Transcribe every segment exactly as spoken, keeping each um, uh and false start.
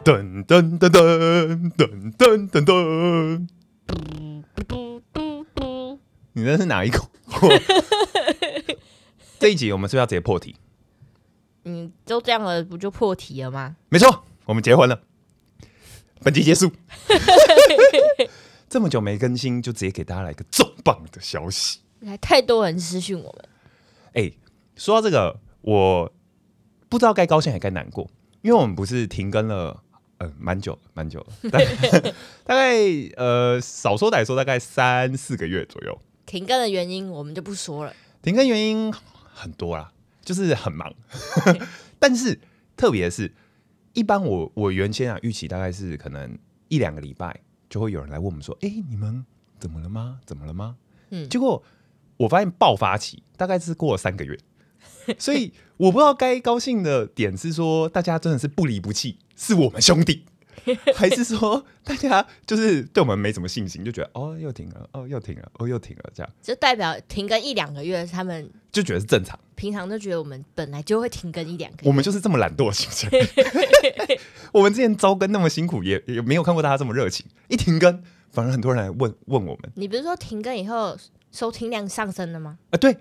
噔噔噔噔噔噔噔噔，你那是哪一口？这一集我们是不是要直接破题？ 你都这样了，不就破题了吗？ 没错，我们结婚了。本集结束。这么久没更新，就直接给大家来一个重磅的消息。 还太多人私讯我们。 哎、欸，说到这个，我不知道该高兴还该难过，因为我们不是停更了，呃，蛮久了，蛮久了，大概, 大概呃，少说歹说，大概三四个月左右。 停更的原因我们就不说了。 停更原因很多啦，就是很忙。但是特别的是，一般我我原先啊预期大概是可能一两个礼拜就会有人来问我们说，哎、欸，你们怎么了吗？怎么了吗？嗯，结果我发现爆发期大概是过了三个月，所以我不知道该高兴的点是说大家真的是不离不弃，是我们兄弟，还是说大家就是对我们没什么信心，就觉得哦又停了，哦又停了，哦又停了，这样就代表停更一两个月，他们就觉得是正常。 平常都觉得我们本来就会停更一两个月， 我们就是这么懒惰的行程。我们之前招更那么辛苦，也也没有看过大家这么热情。一停更，反而很多人来问问我们。 你不是说停更以后收听量上升了吗？ 啊，对，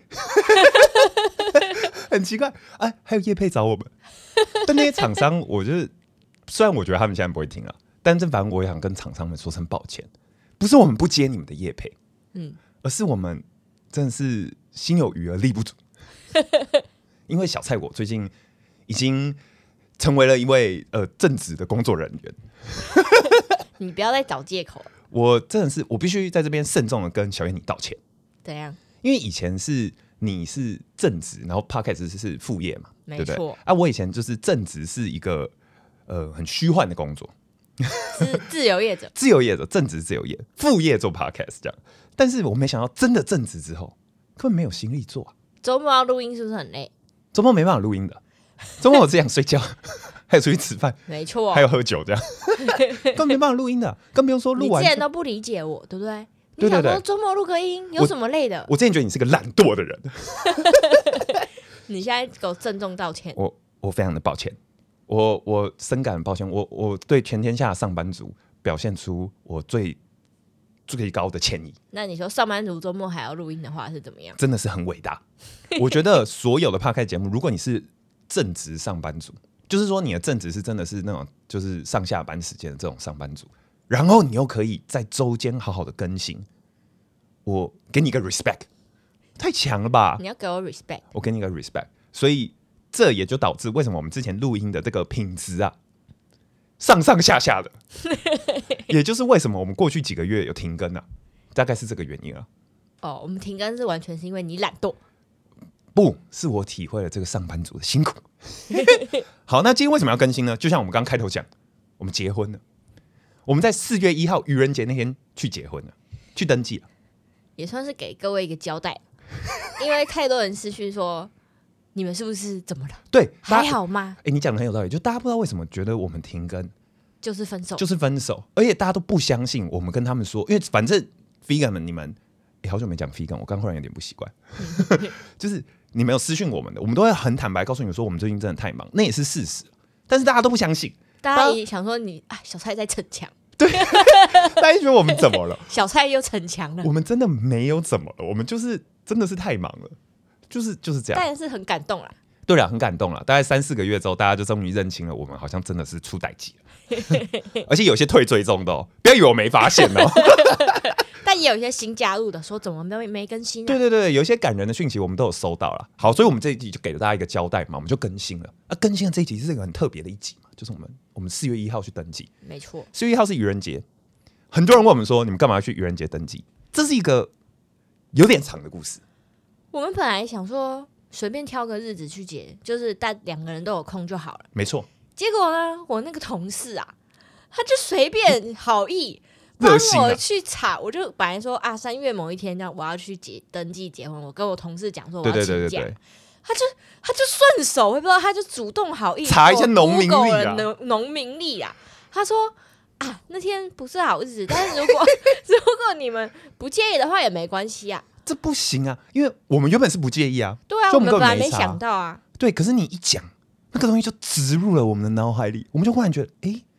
很奇怪。哎，还有业配找我们，但那些厂商，我就是虽然我觉得他们现在不会听了，但是反正我也想跟厂商们说声抱歉，不是我们不接你们的业配，嗯，而是我们真的是心有余而力不足。因为小蔡我最近已经成为了一位呃正职的工作人员。 你不要再找借口了。 我真的是，我必须在这边慎重的跟小燕你道歉。 怎样？ 因为以前是你是正职，然后 podcast 是副业嘛， 没对不对？ 错。 啊，我以前就是正职是一个呃很虚幻的工作， 自自由业者， 自由业者，正职自由业，副业做 podcast 这样。但是我没想到，真的正职之后，根本没有心力做啊。 周末要录音是不是很累？ 周末没办法录音的，周末我只想睡觉，还有出去吃饭， 没错， 还有喝酒这样，根本没办法录音的，更不用说录完。 你之前都不理解我，对不对？ 对对对， 你想说周末录个音有什么累的？ 我, 我之前觉得你是个懒惰的人。 你现在给我郑重道歉。 我我非常的抱歉，我我深感抱歉，我我对全天下的上班族表现出我最最高的歉意。 那你说上班族周末还要录音的话是怎么样？ 真的是很伟大。我觉得所有的 podcast 节目，如果你是正职上班族，就是说你的正职是真的是那种就是上下班时间的这种上班族，然后你又可以在周间好好的更新，我给你一个 respect， 太强了吧？ 你要给我 respect， 我给你一个 respect。所以这也就导致为什么我们之前录音的这个品质啊，上上下下的，也就是为什么我们过去几个月有停更啊，大概是这个原因啊。 哦，我们停更是完全是因为你懒惰， 不是我体会了这个上班族的辛苦。好，那今天为什么要更新呢？就像我们刚开头讲，我们结婚了，我们在四月一号愚人节那天去结婚了，去登记了， 也算是给各位一个交代。因为太多人私讯说你们是不是怎么了？ 对， 还好吗？ 哎、欸，你讲的很有道理，就大家不知道为什么觉得我们停更就是分手， 就是分手，而且大家都不相信我们跟他们说，因为反正 vegan 们你们、欸、好久没讲 vegan， 我刚忽然有点不习惯，就是你们有私讯我们的，我们都会很坦白告诉你们说我们最近真的太忙，那也是事实，但是大家都不相信， 大家也想说你啊，小蔡在逞强， 对，大家觉得我们怎么了？ 小蔡又逞强了， 我们真的没有怎么了，我们就是真的是太忙了，就是就是这样， 但是很感动啦。 对了，很感动了。大概三四个月之后，大家就终于认清了我们好像真的是出代际了，而且有些退追踪的哦，不要以为我没发现哦。 但也有一些新加入的说怎么没没更新啊？ 对对对，有一些感人的讯息我们都有收到了。好，所以我们这一集就给了大家一个交代嘛，我们就更新了。啊，更新的这一集是一个很特别的一集嘛，就是我们我们四月一号去登记， 没错， 四月一号是愚人节，很多人问我们说你们干嘛要去愚人节登记？这是一个有点长的故事。 我们本来想说随便挑个日子去结，就是大两个人都有空就好了。 没错。 结果呢，我那个同事啊，他就随便好意帮我去查，我就本来说啊，三月某一天这样我要去结登记结婚，我跟我同事讲说我要请假， 对对对对对， 他就他就顺手，我也不知道，他就主动好意查一下农民历啊， 农民历啊，他说啊那天不是好日子，但是如果如果你们不介意的话也没关系啊。 这不行啊，因为我们原本是不介意啊。 对啊， 我们本来没想到啊。 对，可是你一讲，那个东西就植入了我们的脑海里，我们就忽然觉得，哎，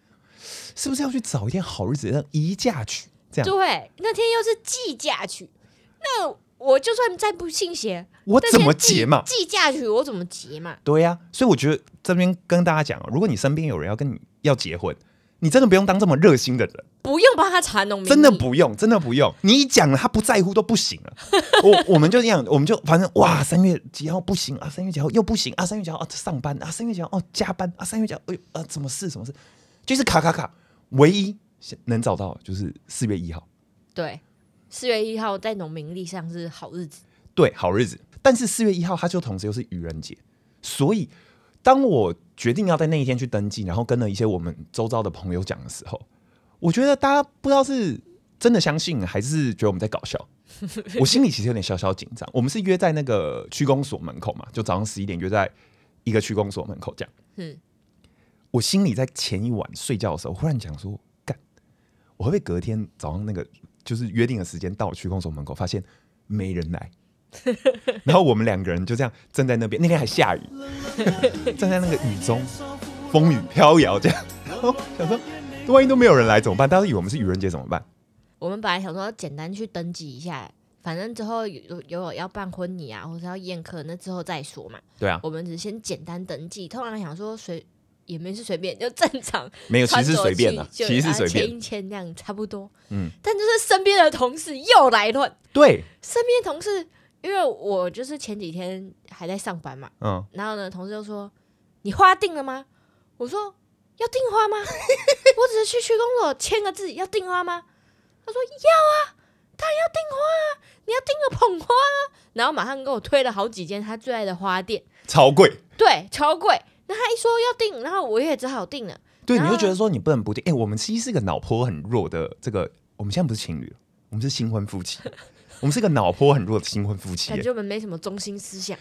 是不是要去找一天好日子，让宜嫁娶这样？ 对，那天又是忌嫁娶，那我就算再不信邪， 我怎么结嘛？ 忌嫁娶我怎么结嘛？ 对呀、啊，所以我觉得这边跟大家讲，如果你身边有人要跟你要结婚，你真的不用当这么热心的人， 不用帮他查农民历， 真的不用，真的不用。你一讲了，他不在乎都不行了。我我们就这样，我们就反正哇，三月几号不行啊，三月几号又不行啊，三月几号啊上班啊，三月几号哦加班啊，三月几号哎啊什么事什么事，就是卡卡卡。唯一能找到就是四月一号， 对，四月一号在农民历上是好日子， 对，好日子。但是四月一号它就同时又是愚人节，所以当我决定要在那一天去登记，然后跟了一些我们周遭的朋友讲的时候，我觉得大家不知道是真的相信还是觉得我们在搞笑。我心里其实有点小小紧张。我们是约在那个区公所门口嘛，就早上十一点约在一个区公所门口这样。嗯，我心里在前一晚睡觉的时候，忽然讲说，干，我会不会隔天早上那个就是约定的时间到区公所门口，发现没人来？然后我们两个人就这样站在那边，那天还下雨，站在那个雨中，风雨飘摇这样。然后想说，万一都没有人来怎么办？大家以为我们是愚人节怎么办？ 我们本来想说简单去登记一下，反正之后有有要办婚礼啊，或者要宴客，那之后再说嘛。 对啊， 我们只先简单登记。通常想说随也没是随便，就正常。 没有，其实是随便的，其实是随便， 签一签这样差不多。嗯，但就是身边的同事又来乱。 对， 身边的同事。因为我就是前几天还在上班嘛，嗯，然后呢，同事就说：“你花订了吗？”我说：“要订花吗？我只是去区公所签个字，要订花吗？”他说：“要啊，当然要订花啊，你要订个捧花啊。”然后马上给我推了好几间他最爱的花店， 超贵， 对，超贵。那他一说要订，然后我也只好订了。 对，你就觉得说你不能不订。哎、欸，我们其实是个脑波很弱的这个，我们现在不是情侣了，我们是新婚夫妻。我们是个脑波很弱的新婚夫妻， 感觉我们没什么中心思想。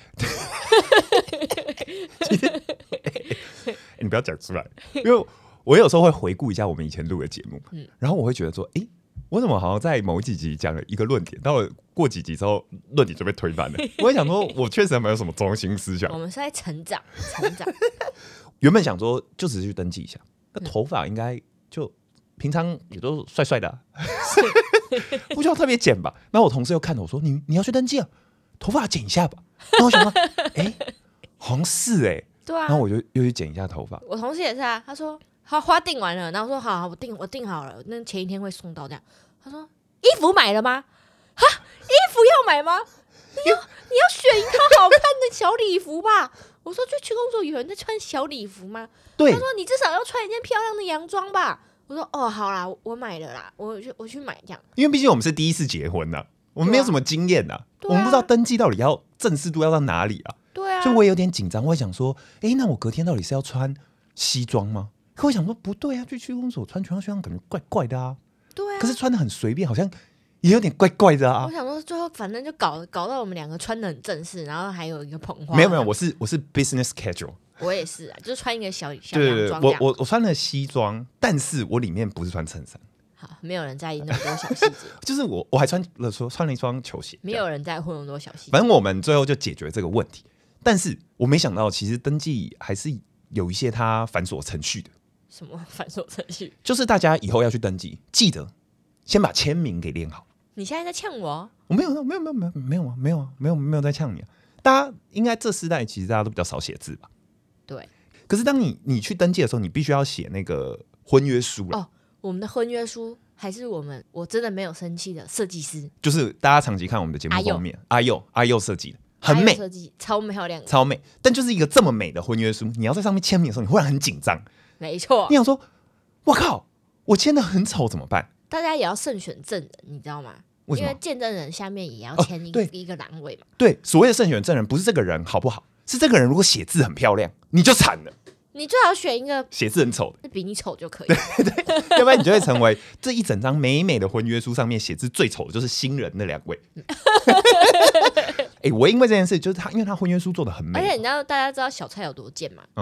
其实、欸欸，你不要讲出来，因为我有时候会回顾一下我们以前录的节目，嗯、然后我会觉得说，哎、欸，我怎么好像在某几集讲了一个论点，到了过几集之后，论点就被推翻了。我会想说，我确实没有什么中心思想。 我们是在成长，成长。 原本想说，就只是去登记一下，那头发应该就平常也都帅帅的、啊。不需要特别剪吧？然后我同事又看着我说：“你你要去登记啊，头发剪一下吧。”然后我想说：“哎、欸，好像是哎、欸。” 对啊。 然后我就又去剪一下头发。 我同事也是啊，他說：“好，花訂完了。”然後我說：“好，好，我訂我訂好了，那前一天會送到這樣。”他說：“衣服買了嗎？哈，衣服要買嗎？你要你要選一套好看的小禮服吧。”我說：“去區公所有人在穿小禮服嗎？” 對。 他說：“你至少要穿一件漂亮的洋裝吧。”我說哦，好啦，我買了啦，我去我去買這樣。 因為畢竟我們是第一次結婚吶、啊，我們沒有什麼經驗吶、啊，啊、我們不知道登記到底要正式度要到哪裡啊。 對啊， 所以我也有點緊張，我會想說，哎、欸，那我隔天到底是要穿西裝嗎？可我想說不對啊，去區公所穿全套西裝感覺怪怪的啊。 對啊，可是穿得很隨便，好像也有點怪怪的啊。 我想說最後反正就搞搞到我們兩個穿得很正式，然後還有一個捧花。 沒有沒有，我是我是 business casual。 我也是啊，就是穿一個小小洋裝。 我我我穿了西裝，但是我裡面不是穿襯衫。 好，沒有人在意那麼多小細節。 就是我我還穿了說穿了一雙球鞋， 沒有人在乎那麼多小細節。 反正我們最後就解決這個問題，但是我沒想到，其實登記還是有一些它繁瑣程序的。 什麼繁瑣程序？ 就是大家以後要去登記，記得先把簽名給練好。 你現在在嗆我？ 我沒有，沒有，沒有，沒有，沒有啊，沒有啊，沒有，沒有在嗆你啊。大家應該這世代其實大家都比較少寫字吧？ 對。 可是當你你去登記的時候，你必須要寫那個婚約書了。 哦，我們的婚約書還是我們我真的沒有生氣的設計師， 就是大家長期看我們的節目封面，阿佑阿佑設計的，很美， 設計超漂亮， 超美。但就是一個這麼美的婚約書，你要在上面簽名的時候，你忽然很緊張。 沒錯， 你想說，我靠，我簽的很醜怎麼辦？ 大家也要慎選證人，你知道嗎？ 為什麼？ 因為見證人下面也要簽一個、哦、一個欄位嘛。 對，所謂的慎選證人，不是這個人好不好，是這個人如果寫字很漂亮，你就慘了。 你最好選一個寫字很醜的， 比你醜就可以。 對對，要不然你就會成為這一整張美美的婚約書上面寫字最醜的就是新人那兩位。哎、欸，我因為這件事，就是他，因為他婚約書做得很美， 而且你知道大家知道小蔡有多賤嗎？嗯，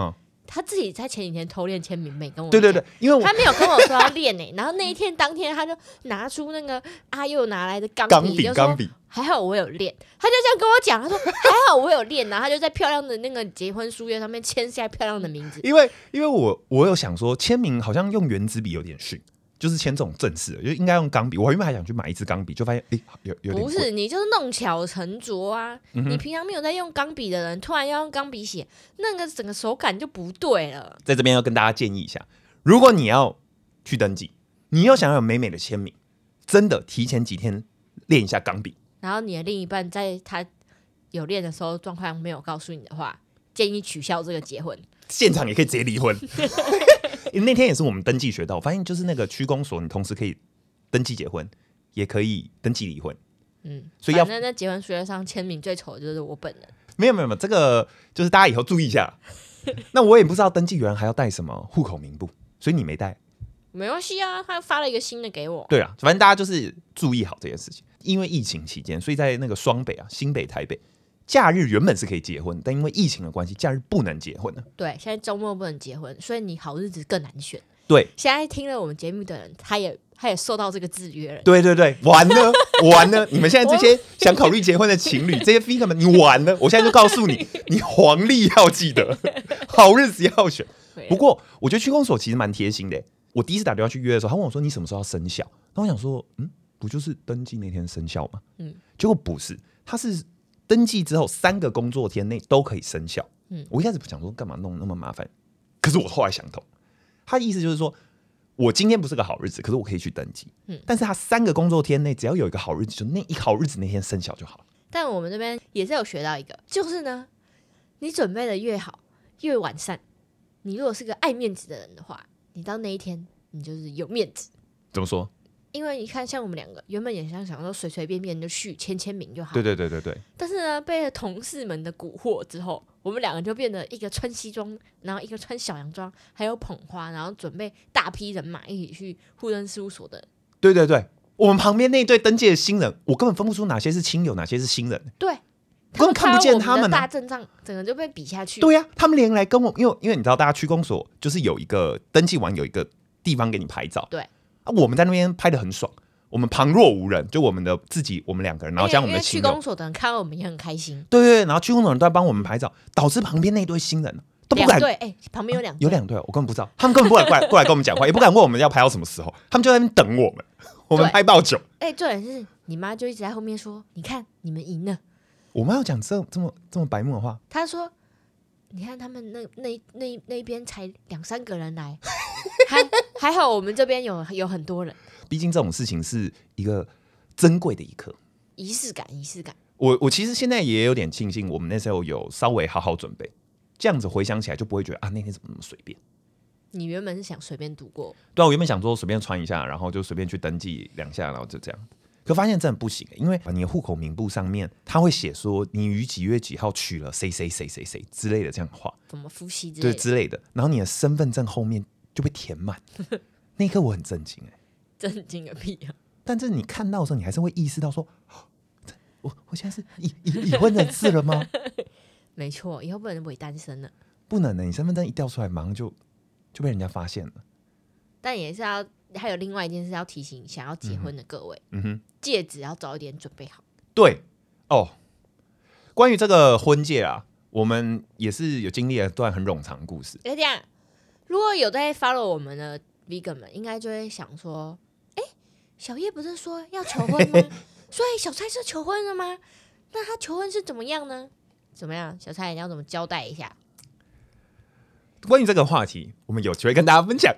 他自己在前几天偷练签名，没跟我对对对，因为我他没有跟我说要练呢、欸。然后那一天当天，他就拿出那个阿佑拿来的钢笔，就说还好我有练。他就这样跟我讲，他说还好我有练，然后他就在漂亮的那个结婚书页上面签下漂亮的名字。 因为因为我我有想说签名好像用原子笔有点逊。就是签这种正式的，就应该用钢笔。我原本还想去买一支钢笔，就发现哎、欸，有有点不是，你就是弄巧成拙啊、 嗯！ 你平常没有在用钢笔的人，突然要用钢笔写，那个整个手感就不对了。 在这边要跟大家建议一下，如果你要去登记，你又想要有美美的签名，真的提前几天练一下钢笔。 然后你的另一半在他有练的时候状况没有告诉你的话，建议取消这个结婚， 现场也可以直接离婚。因为那天也是我们登记学到，我发现就是那个区公所，你同时可以登记结婚，也可以登记离婚。 嗯， 所以要反正在结婚书页上签名最丑的就是我本人。 没有没有没有，这个就是大家以后注意一下。那我也不知道登记员还要带什么户口名簿，所以你没带， 没关系啊，他发了一个新的给我。 对啊，反正大家就是注意好这件事情。因为疫情期间，所以在那个双北啊，新北、台北。假日原本是可以结婚，但因为疫情的关系，假日不能结婚了。 对，现在周末不能结婚，所以你好日子更难选。 对， 现在听了我们节目的人，他也他也受到这个制约了。 对对对，完了完了！你们现在这些想考虑结婚的情侣，这些 figure 们，你完了！我现在就告诉你，你黄历要记得，好日子要选。不过，我觉得区公所其实蛮贴心的。我第一次打电话去约的时候，他问我说：“你什么时候要生效？”那我想说：“嗯，不就是登记那天生效吗？”嗯，结果不是，他是。登记之后三个工作天内都可以生效。嗯，我一开始不想说干嘛弄那么麻烦，可是我后来想通，他的意思就是说，我今天不是个好日子，可是我可以去登记。嗯，但是他三个工作天内只要有一个好日子，就那一好日子那天生效就好了。 但我们这边也是有学到一个，就是呢，你准备的越好，越完善。你如果是个爱面子的人的话，你到那一天你就是有面子。 怎么说？ 因为你看，像我们两个原本也想想说随随便便就去签签名就好， 对对对对对。 但是呢，被同事们的蛊惑之后，我们两个就变得一个穿西装，然后一个穿小洋装，还有捧花，然后准备大批人马一起去户政事务所的。 对对对，我们旁边那一对登记的新人，我根本分不出哪些是亲友，哪些是新人。 对， 根本看不见他们、啊。 大阵仗整个就被比下去。 对呀、啊，他们连来跟我，因为因为你知道，大家区公所就是有一个登记完有一个地方给你拍照。 对啊，我们在那边拍得很爽。我们旁若无人，就我们的自己，我们两个人，然后将我们的亲友。 因为区公所的人看到我们也很开心。 对对对，然后区公所的人都在帮我们拍照，导致旁边那一堆新人都不敢。 对，哎、欸，旁边有两、啊、 有两队，我根本不知道，他们根本不敢过来过来跟我们讲话，也不敢问我们要拍到什么时候，他们就在那边等我们，我们拍爆久。 哎，重点是你妈就一直在后面说：“你看，你们赢了。” 我妈要讲这这么这么白目的话， 她说：“你看他们那那那那边才两三个人来，还还好我们这边有有很多人。 毕竟这种事情是一个。”珍贵的一刻， 仪式感，仪式感。 我我其实现在也有点庆幸，我们那时候有稍微好好准备，这样子回想起来就不会觉得啊那天怎么那么随便。 你原本是想随便度过？ 对啊，我原本想说随便穿一下，然后就随便去登记两下，然后就这样。可发现真的不行，因为你的户口名簿上面他会写说你于几月几号娶了谁谁谁谁谁之类的这样的话， 什么夫妻之类的， 对之类的。然后你的身份证后面就被填满，那一刻我很震惊哎、欸， 震惊个屁啊！ 但是你看到的时候，你还是会意识到说，我我现在是已已已婚人士了吗？ 没错，以后不能伪单身了。 不能的，你身份证一调出来，马上就就被人家发现了。 但也是要，还有另外一件事要提醒想要结婚的各位，嗯哼，戒指要早一点准备好。 对哦，关于这个婚戒啊，我们也是有经历了一段很冗长的故事。 哎，这样，如果有在 follow 我们的 vegan 们，应该就会想说。小叶不是说要求婚吗？所以小蔡是求婚了吗？那他求婚是怎么样呢？怎么样？小蔡你要怎么交代一下？ 关于这个话题，我们有机会跟大家分享。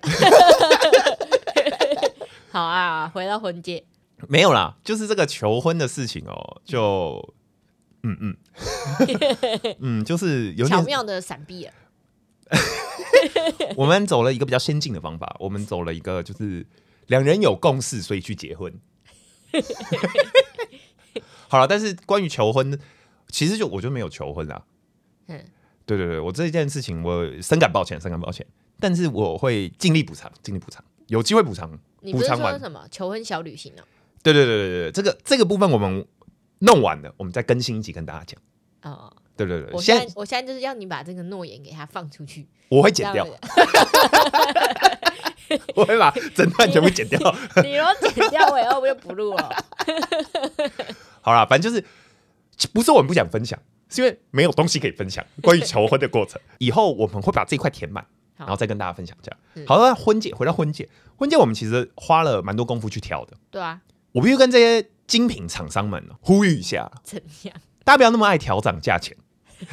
好啊，回到婚戒， 没有啦，就是这个求婚的事情哦，就嗯嗯嗯，就是有点巧妙的闪避了。 我们走了一个比较先进的方法，我们走了一个就是两人有共识，所以去结婚。好了，但是关于求婚，其实就我就没有求婚啦。嗯，对对对，我这件事情我深感抱歉，深感抱歉，但是我会尽力补偿，尽力补偿，有机会补偿。 你不是说什么求婚小旅行哦？ 对对对对对，这个这个部分我们弄完了，我们再更新一集跟大家讲。哦，对对对对， 我现在我现在就是要你把这个诺言给他放出去， 我会剪掉，我会把整段全部剪掉。 你如果剪掉，我以后就不录了。 好啦，反正就是不是我们不想分享，是因为没有东西可以分享关于求婚的过程。以后我们会把这一块填满，然后再跟大家分享这样。嗯、好，那婚戒回到婚戒，婚戒我们其实花了蛮多功夫去挑的。 对啊， 我必须跟这些精品厂商们呼吁一下， 怎样？ 大家不要那么爱调涨价钱。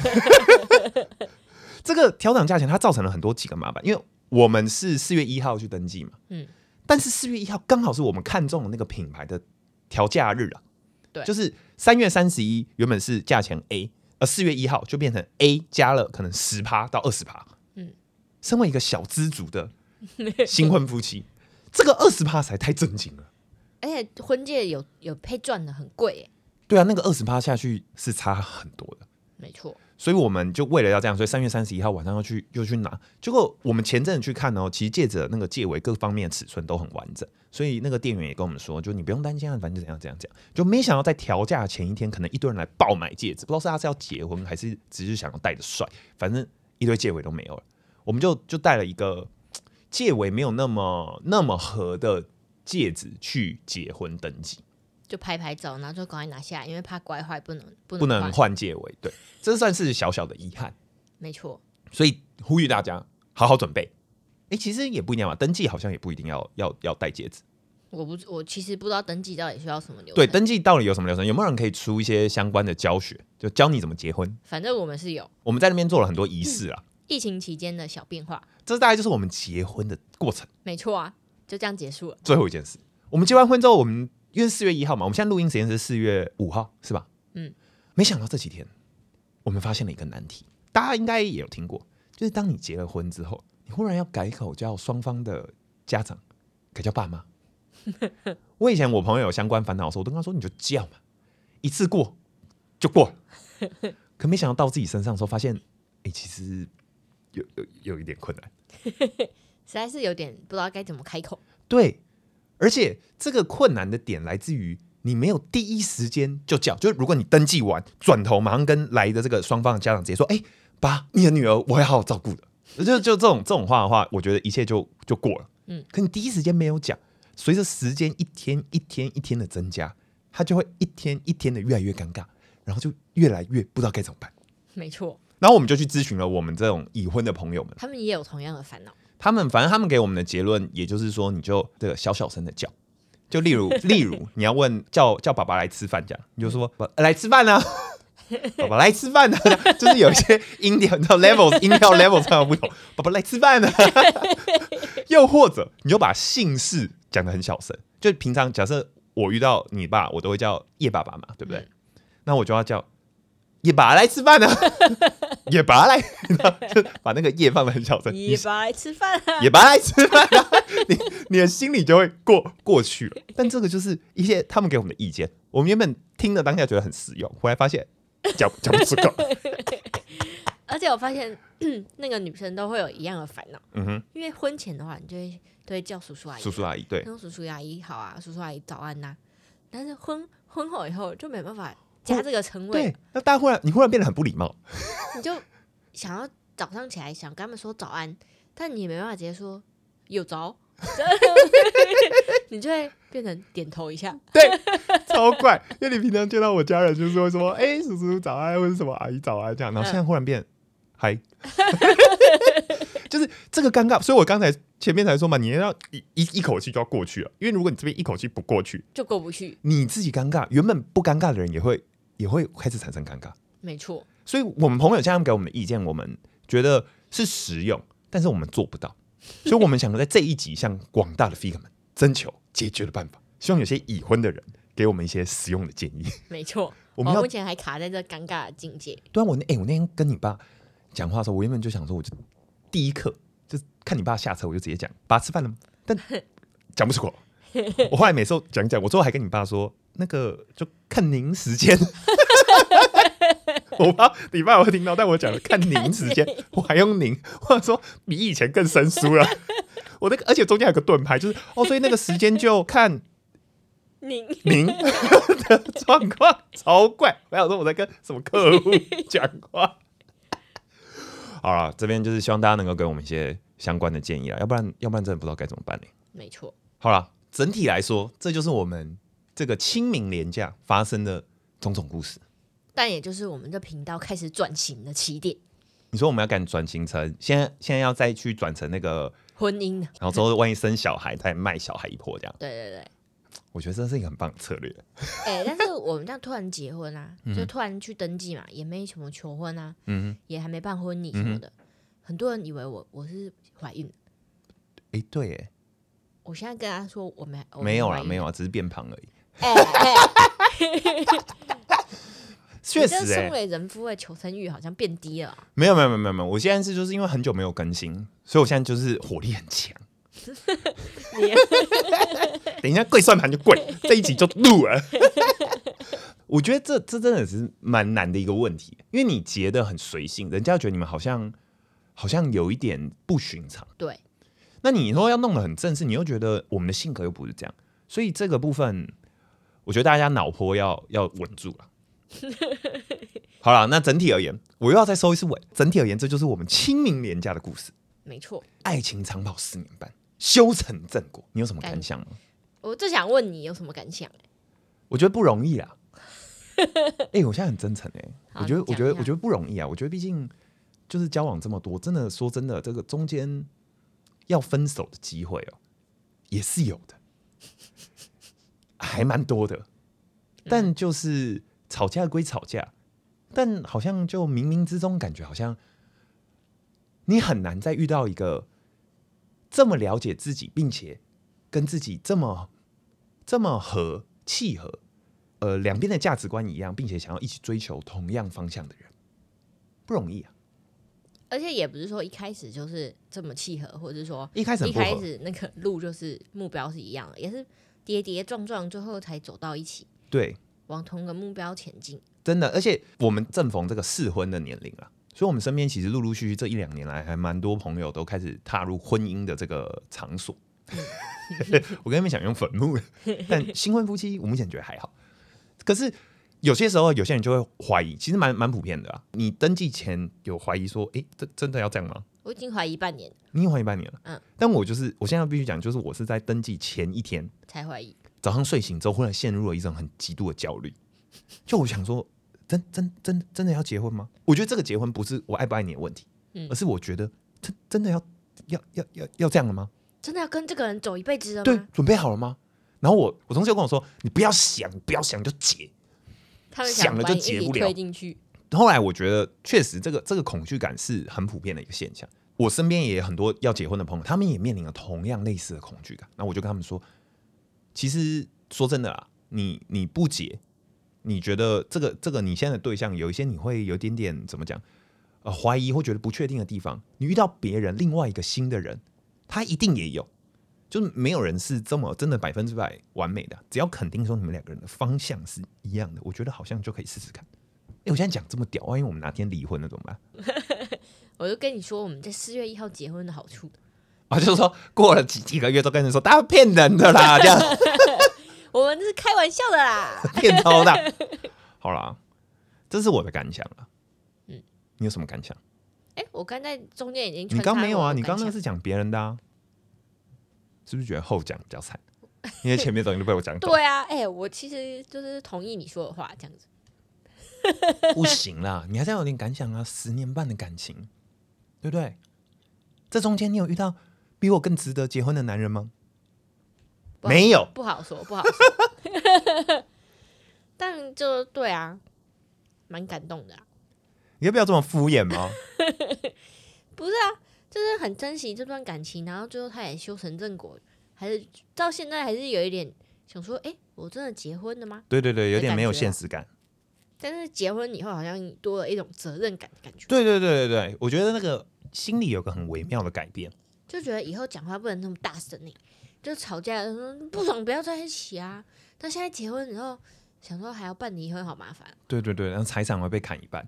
这个调涨价钱，它造成了很多几个麻烦，因为我们是四月一号去登记嘛，嗯，但是四月一号刚好是我们看中的那个品牌的调价日啊， 对， 就是三月三十一原本是价钱 A， 而四月一号就变成 A 加了可能十趴到二十趴，嗯，身为一个小资族的新婚夫妻，这个二十趴才太震惊了， 而且婚戒有有配钻的很贵耶， 对啊，那个二十趴下去是差很多的。 没错， 所以我们就为了要这样，所以三月三十一号晚上要去又去拿。结果我们前阵子去看哦，其实戒指的那个戒围各方面的尺寸都很完整，所以那个店员也跟我们说，就你不用担心啊，反正就怎样怎样怎样。就没想到在调价前一天，可能一堆人来爆买戒指，不知道是他是要结婚还是只是想要戴着帅，反正一堆戒围都没有了。我们就就带了一个戒围没有那么那么合的戒指去结婚登记。 就拍拍照，然后就赶快拿下来，因为怕拐坏不能不能不能换戒围，对，这算是小小的遗憾。 没错， 所以呼吁大家好好准备。哎，其实也不一定嘛，登记好像也不一定要要要戴戒指。 我不，我其实不知道登记到底需要什么流程。 对，登记到底有什么流程？有没有人可以出一些相关的教学，就教你怎么结婚？ 反正我们是有， 我们在那边做了很多仪式啊、嗯。 疫情期间的小变化， 这大概就是我们结婚的过程。 没错啊，就这样结束了。 最后一件事，我们结完婚之后，我们。因为四月一号嘛，我们现在录音时间是四月五号，是吧？嗯，没想到这几天我们发现了一个难题，大家应该也有听过，就是当你结了婚之后，你忽然要改口叫双方的家长改叫爸妈。我以前我朋友有相关烦恼的时候，我都跟他说你就叫嘛，一次过就过了。可没想到到自己身上的时候，发现哎、欸，其实有有有一点困难， 实在是有点不知道该怎么开口。 对。而且这个困难的点来自于你没有第一时间就叫，就是如果你登记完转头马上跟来的这个双方的家长直接说，哎、欸，爸，你的女儿我会好好照顾的，就就这种这种话的话，我觉得一切就就过了。嗯，可你第一时间没有讲，随着时间一天一天一天的增加，他就会一天一天的越来越尴尬，然后就越来越不知道该怎么办。 没错。 然后我们就去咨询了我们这种已婚的朋友们， 他们也有同样的烦恼。 他们反正他们给我们的结论，也就是说，你就这个小小声的叫，就例如例如你要问叫叫爸爸来吃饭，这样你就说、嗯、来吃饭啊，爸爸来吃饭啊，就是有一些音调，你知道 level 音调 level 差不同，爸爸来吃饭啊，又或者你就把姓氏讲得很小声，就平常假设我遇到你爸，我都会叫叶爸爸嘛，对不对？嗯、那我就要叫叶爸来吃饭啊。也爸来，就把那个叶放得很小声。 也爸来吃饭啊， 也爸来吃饭啊，你你的心里就会过过去了。但这个就是一些他们给我们的意见，我们原本听了当下觉得很实用，后来发现讲讲不出口。 而且我发现、嗯、那个女生都会有一样的烦恼，嗯哼，因为婚前的话，你就会都会叫叔叔阿姨， 叔叔阿姨对， 跟叔叔阿姨好啊，叔叔阿姨早安呐、啊。但是婚婚后以后就没办法加这个称谓， 对，那大家忽然你忽然变得很不礼貌， 你就想要早上起来想跟他们说早安，但你也没办法直接说有早，你就会变成点头一下， 对，超怪，因为你平常见到我家人就是会说，哎、欸，叔叔早安，或者什么阿姨早安这样，然后现在忽然变嗨、嗯，就是这个尴尬，所以我刚才前面才说嘛，你要 一, 一, 一口气就要过去了，因为如果你这边一口气不过去， 就过不去， 你自己尴尬，原本不尴尬的人也会也会开始产生尴尬， 没错。 所以我们朋友家人给我们的意见，我们觉得是实用，但是我们做不到，所以我们想在这一集向广大的 figure 们征求解决的办法，希望有些已婚的人给我们一些实用的建议。 没错，我们目前还卡在这尴尬的境界。 对啊，我、欸、我那天跟你爸讲话的时候，我原本就想说，我就第一刻就是看你爸下车，我就直接讲爸吃饭了吗？但讲不出口。我后来每次讲讲，我最后还跟你爸说，那个就看您时间。我怕你爸会听到，但我讲了看您时间，我还用您，或者说比以前更生疏了。我那个，而且中间还有个盾牌，就是哦，所以那个时间就看您您的状况超怪，我想说我在跟什么客户讲话。好了，这边就是希望大家能够给我们一些相关的建议啦，要不然要不然真的不知道该怎么办呢。 没错。 好了，整体来说，这就是我们这个清明连假发生的种种故事， 但也就是我们这频道开始转型的起点。 你说我们要赶转型成，现在现在要再去转成那个婚姻， 然后之后万一生小孩，再卖小孩一波这样。 对对对， 我觉得这是一个很棒的策略。 哎、欸，但是我们这样突然结婚啊，就突然去登记嘛，也没什么求婚啊，嗯、也还没办婚礼什么的，嗯、很多人以为我我是怀孕。 哎、欸，对，哎， 我现在跟他说我没我没有啦，没有啊，只是变胖而已。 哎哎。 确实、欸， 身为人夫的求生欲好像变低了、啊。 没有没有没有没有，我现在是就是因为很久没有更新，所以我现在就是火力很强。等一下跪算盘就跪，这一集就录了。我觉得这这真的是蛮难的一个问题，因为你结得很随性，人家觉得你们好像好像有一点不寻常。 对， 那你说要弄得很正式，你又觉得我们的性格又不是这样，所以这个部分，我觉得大家脑波要要稳住了。好了，那整体而言，我又要再收一次尾。整体而言，这就是我们清明连假的故事。 没错， 爱情长跑四年半，修成正果，你有什么感想吗？ 我就想问你有什么感想、欸？ 我觉得不容易啦。哎、欸，我现在很真诚哎、欸，我觉得，我觉得，我觉得不容易啊。我觉得，毕竟就是交往这么多，真的说真的，这个中间要分手的机会哦、喔，也是有的，还蛮多的。但就是吵架归吵架，但好像就冥冥之中感觉好像你很难再遇到一个这么了解自己，并且跟自己这么这么合契合，呃，两边的价值观一样，并且想要一起追求同样方向的人，不容易啊。 而且也不是说一开始就是这么契合，或者说一开始一开始那个路就是目标是一样的，也是跌跌撞撞，最后才走到一起。 对， 往同个目标前进。 真的，而且我们正逢这个适婚的年龄了，所以我们身边其实陆陆续续这一两年来，还蛮多朋友都开始踏入婚姻的这个场所。我跟你们想用坟墓，但新婚夫妻我目前觉得还好。可是有些时候，有些人就会怀疑，其实蛮蛮普遍的啊。你登记前有怀疑说，哎、欸，这真的要这样吗？ 我已经怀疑半年了。 你已经怀疑半年了， 嗯。但我就是我现在必须讲，就是我是在登记前一天才怀疑。 早上睡醒之后，忽然陷入了一种很极度的焦虑。就我想说，真真真真的要结婚吗？我觉得这个结婚不是我爱不爱你的问题，嗯、而是我觉得真真的要要要要要这样了吗？ 真的要跟这个人走一辈子了吗？ 对，准备好了吗？然后我我同事又跟我说，你不要想，不要想就结， 他们想了就结不了。 推进去。 后来我觉得，确实这个这个恐惧感是很普遍的一个现象。我身边也有很多要结婚的朋友，他们也面临了同样类似的恐惧感。那我就跟他们说，其实说真的啦，你你不结，你觉得这个这个你现在的对象有一些你会有一点点怎么讲，呃，怀疑或觉得不确定的地方，你遇到别人另外一个新的人，他一定也有。就是没有人是这么真的百分之百完美的，只要肯定说你们两个人的方向是一样的，我觉得好像就可以试试看。哎、欸，我现在讲这么屌，万一我们哪天离婚了怎么办？ 我就跟你说我们在四月一号结婚的好处啊，就是说过了几几个月都跟人说，大家骗人的啦，这样。 我们是开玩笑的啦， 骗超大。好啦，这是我的感想啦。嗯，你有什么感想？ 哎、欸，我刚在中间已经你刚没有啊？你刚刚那是讲别人的啊。是不是觉得后讲比较惨？因为前面东西都被我讲走。 对啊，哎、欸，我其实就是同意你说的话，这样子。 不行啦，你还是要有点感想啊！十年半的感情，对不对？这中间你有遇到比我更值得结婚的男人吗？没有， 不好说，不好说。但就对啊，蛮感动的、啊。 你要不要这么敷衍吗？ 不是啊。就是很珍惜这段感情，然后最后他也修成正果，还是到现在还是有一点想说，哎、欸，我真的结婚了吗？ 对对对，有点没有现实感。 但是结婚以后好像多了一种责任感的感觉。 对对对对对，我觉得那个心里有个很微妙的改变， 就觉得以后讲话不能那么大声呢，就吵架的时候不爽不要在一起啊。但现在结婚以后，想说还要办离婚，好麻烦。对对对，然后财产会被砍一半。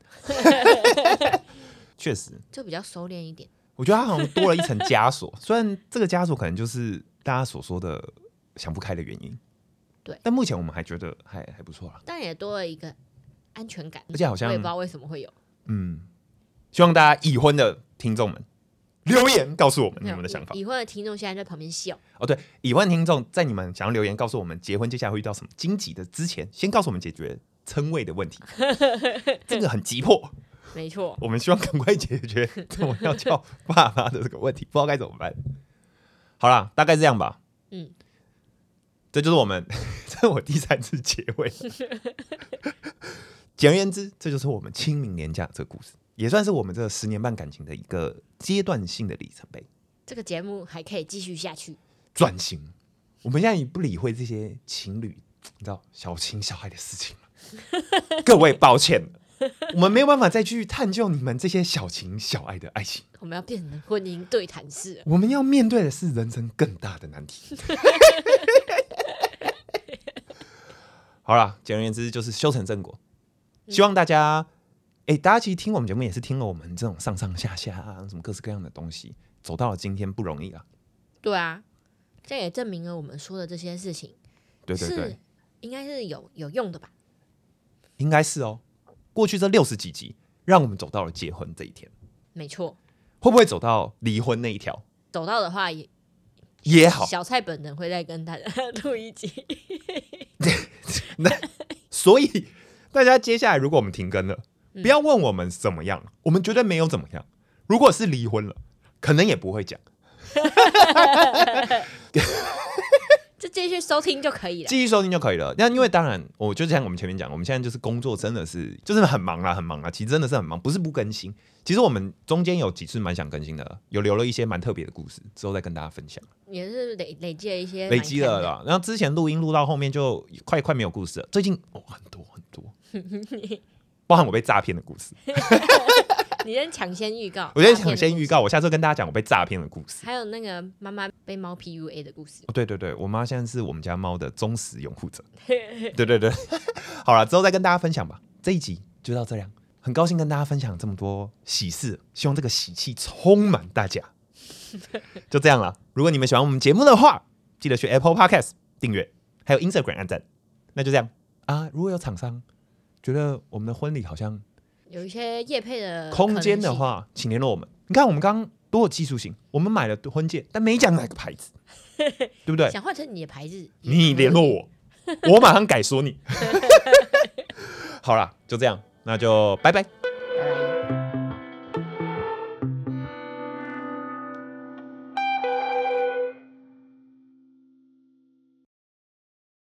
确实， 就比较收敛一点。 我觉得他好像多了一层枷锁，虽然这个枷锁可能就是大家所说的想不开的原因， 对， 但目前我们还觉得还还不错啦， 但也多了一个安全感， 而且好像我也不知道为什么会有。 嗯，希望大家已婚的听众们留言告诉我们你们的想法。 已婚的听众现在在旁边笑。 哦，对，已婚听众在你们想要留言告诉我们结婚接下来会遇到什么荆棘的之前，先告诉我们解决称谓的问题，这个很急迫。 没错， 我们希望赶快解决怎么要叫爸妈的这个问题，不知道该怎么办。好啦，大概这样吧。嗯，这就是我们，这是我第三次结尾。简而言之，这就是我们清明年假这个故事，也算是我们这十年半感情的一个阶段性的里程碑。 这个节目还可以继续下去， 转型。我们现在已不理会这些情侣，你知道小情小爱的事情了。各位，抱歉了。我们没有办法再去探究你们这些小情小爱的爱情， 我们要变成婚姻对谈式， 我们要面对的是人生更大的难题。好啦，简而言之就是修成正果。希望大家，哎、欸，大家其实听我们节目也是听了我们这种上上下下啊，什么各式各样的东西，走到了今天不容易啦。 对啊，这也证明了我们说的这些事情， 对对对， 应该是有有用的吧？ 应该是哦。过去这六十几集，让我们走到了结婚这一天。 没错， 会不会走到离婚那一条？ 走到的话也也好。 小蔡本人会再跟大家录一集。 那所以大家接下来，如果我们停更了，不要问我们怎么样，我们绝对没有怎么样。如果是离婚了，可能也不会讲。 就继续收听就可以了， 继续收听就可以了。那因为当然，我就像我们前面讲，我们现在就是工作真的是就是很忙啦，很忙啦。其实真的是很忙，不是不更新。其实我们中间有几次蛮想更新的，有留了一些蛮特别的故事，之后再跟大家分享。 也是累累积了一些， 累积了啦。然后之前录音录到后面就快快没有故事了，最近、哦、很多很多，包含我被诈骗的故事。 你先抢先预告， 我先抢先预告，我下次跟大家讲我被诈骗的故事， 还有那个妈妈被猫 P U A 的故事。 哦、对对对，我妈现在是我们家猫的忠实拥护者。对对对，好了，之后再跟大家分享吧。这一集就到这样，很高兴跟大家分享这么多喜事，希望这个喜气充满大家。就这样了。如果你们喜欢我们节目的话，记得去 Apple Podcast 订阅，还有 Instagram 按赞。那就这样啊。如果有厂商觉得我们的婚礼好像有一些业配的空间的话，请联络我们。你看我们刚刚多有技术性，我们买了婚戒，但没讲哪个牌子，对不对？ 想换成你的牌子， 你联络我，我马上改说你。好啦，就这样，那就拜拜。